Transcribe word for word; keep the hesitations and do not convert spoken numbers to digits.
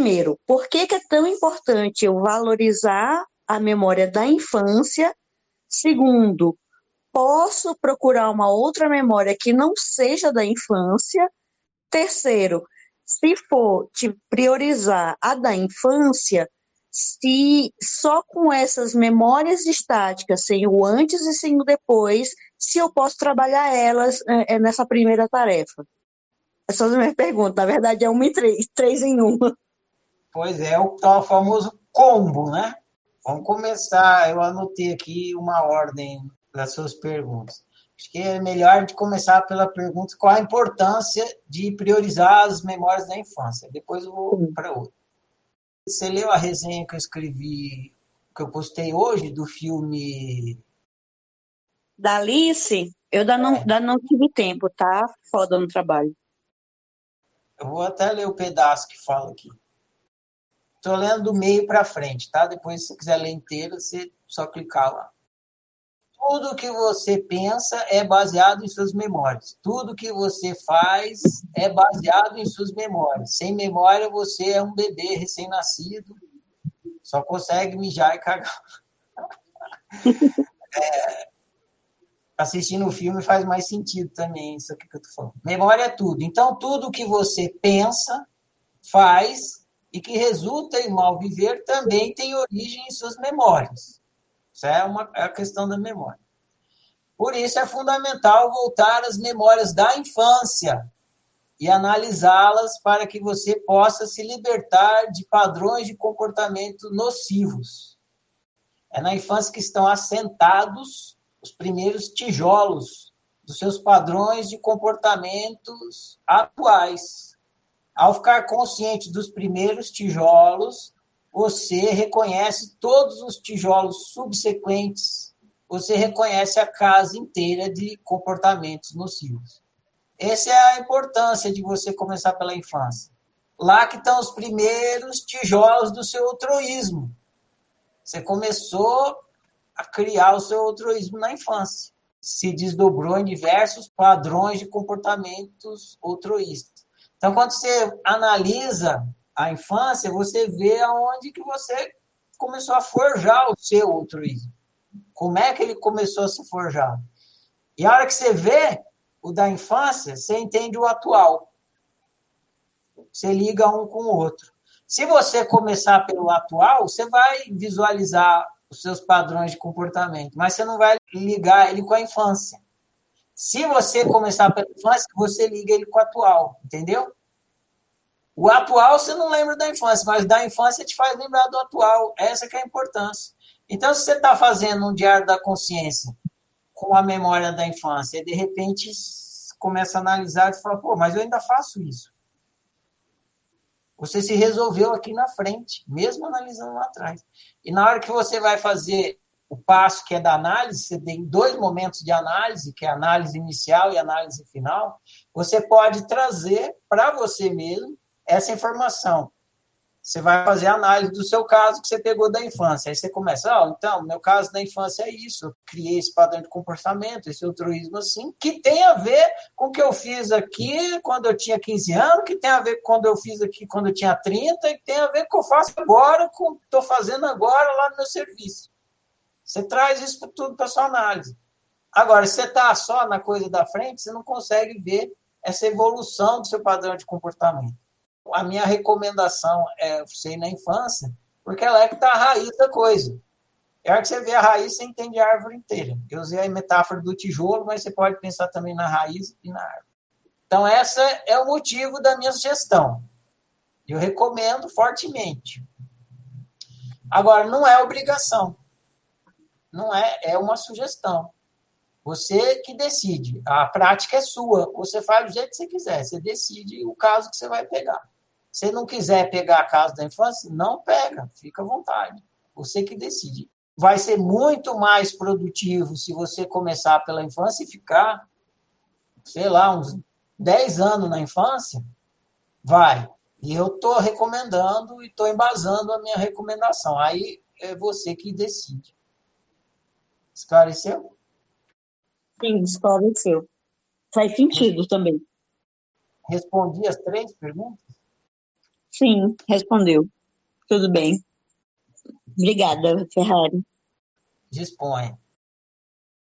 primeiro, por que que é tão importante eu valorizar a memória da infância? Segundo, posso procurar uma outra memória que não seja da infância? Terceiro, se for te priorizar a da infância, se só com essas memórias estáticas, sem o antes e sem o depois, se eu posso trabalhar elas é, é nessa primeira tarefa. Essas são as minhas perguntas. Na verdade, é uma e três, três em uma. Pois é, o tal famoso combo, né? Vamos começar. Eu anotei aqui uma ordem das suas perguntas. Acho que é melhor de começar pela pergunta qual a importância de priorizar as memórias da infância. Depois eu vou para outra. Você leu a resenha que eu escrevi, que eu postei hoje, do filme... Da Alice, eu ainda não, É. ainda não tive tempo, tá? Foda no trabalho. Eu vou até ler o pedaço que fala aqui. Estou lendo do meio para frente, tá? Depois, se você quiser ler inteiro, você só clicar lá. Tudo que você pensa é baseado em suas memórias. Tudo que você faz é baseado em suas memórias. Sem memória, você é um bebê recém-nascido. Só consegue mijar e cagar. É, assistindo o filme faz mais sentido também, isso aqui que eu estou falando. Memória é tudo. Então, tudo que você pensa, faz e que resulta em mal viver também tem origem em suas memórias. Isso é, uma, é a questão da memória. Por isso é fundamental voltar às memórias da infância e analisá-las para que você possa se libertar de padrões de comportamento nocivos. É na infância que estão assentados os primeiros tijolos dos seus padrões de comportamentos atuais. Ao ficar consciente dos primeiros tijolos, você reconhece todos os tijolos subsequentes. Você reconhece a casa inteira de comportamentos nocivos. Essa é a importância de você começar pela infância. Lá que estão os primeiros tijolos do seu altruísmo. Você começou a criar o seu altruísmo na infância. Se desdobrou em diversos padrões de comportamentos altruístas. Então, quando você analisa a infância, você vê aonde que você começou a forjar o seu altruísmo. Como é que ele começou a se forjar? E a hora que você vê o da infância, você entende o atual. Você liga um com o outro. Se você começar pelo atual, você vai visualizar os seus padrões de comportamento, mas você não vai ligar ele com a infância. Se você começar pela infância, você liga ele com o atual, entendeu? O atual você não lembra da infância, mas da infância te faz lembrar do atual. Essa que é a importância. Então, se você está fazendo um diário da consciência com a memória da infância, e de repente começa a analisar e fala, pô, mas eu ainda faço isso. Você se resolveu aqui na frente, mesmo analisando lá atrás. E na hora que você vai fazer o passo que é da análise, você tem dois momentos de análise, que é a análise inicial e a análise final, você pode trazer para você mesmo essa informação. Você vai fazer a análise do seu caso que você pegou da infância. Aí você começa, ah, então, meu caso da infância é isso. Eu criei esse padrão de comportamento, esse altruísmo assim, que tem a ver com o que eu fiz aqui quando eu tinha quinze anos, que tem a ver com quando eu fiz aqui quando eu tinha trinta, e que tem a ver com o que eu faço agora, com o que estou fazendo agora lá no meu serviço. Você traz isso tudo para a sua análise. Agora, se você está só na coisa da frente, você não consegue ver essa evolução do seu padrão de comportamento. A minha recomendação é você ir na infância, porque ela é que está a raiz da coisa. É hora que você vê a raiz, você entende a árvore inteira. Eu usei a metáfora do tijolo, mas você pode pensar também na raiz e na árvore. Então, esse é o motivo da minha sugestão. Eu recomendo fortemente. Agora, não é obrigação. Não é, é uma sugestão. Você que decide. A prática é sua. Você faz do jeito que você quiser. Você decide o caso que você vai pegar. Se não quiser pegar a casa da infância, não pega, fica à vontade. Você que decide. Vai ser muito mais produtivo se você começar pela infância e ficar, sei lá, uns dez anos na infância. Vai. E eu estou recomendando e estou embasando a minha recomendação. Aí é você que decide. Esclareceu? Sim, esclareceu. Faz sentido também. Respondi as três perguntas? Sim, respondeu. Tudo bem. Obrigada, Ferrari. Dispõe.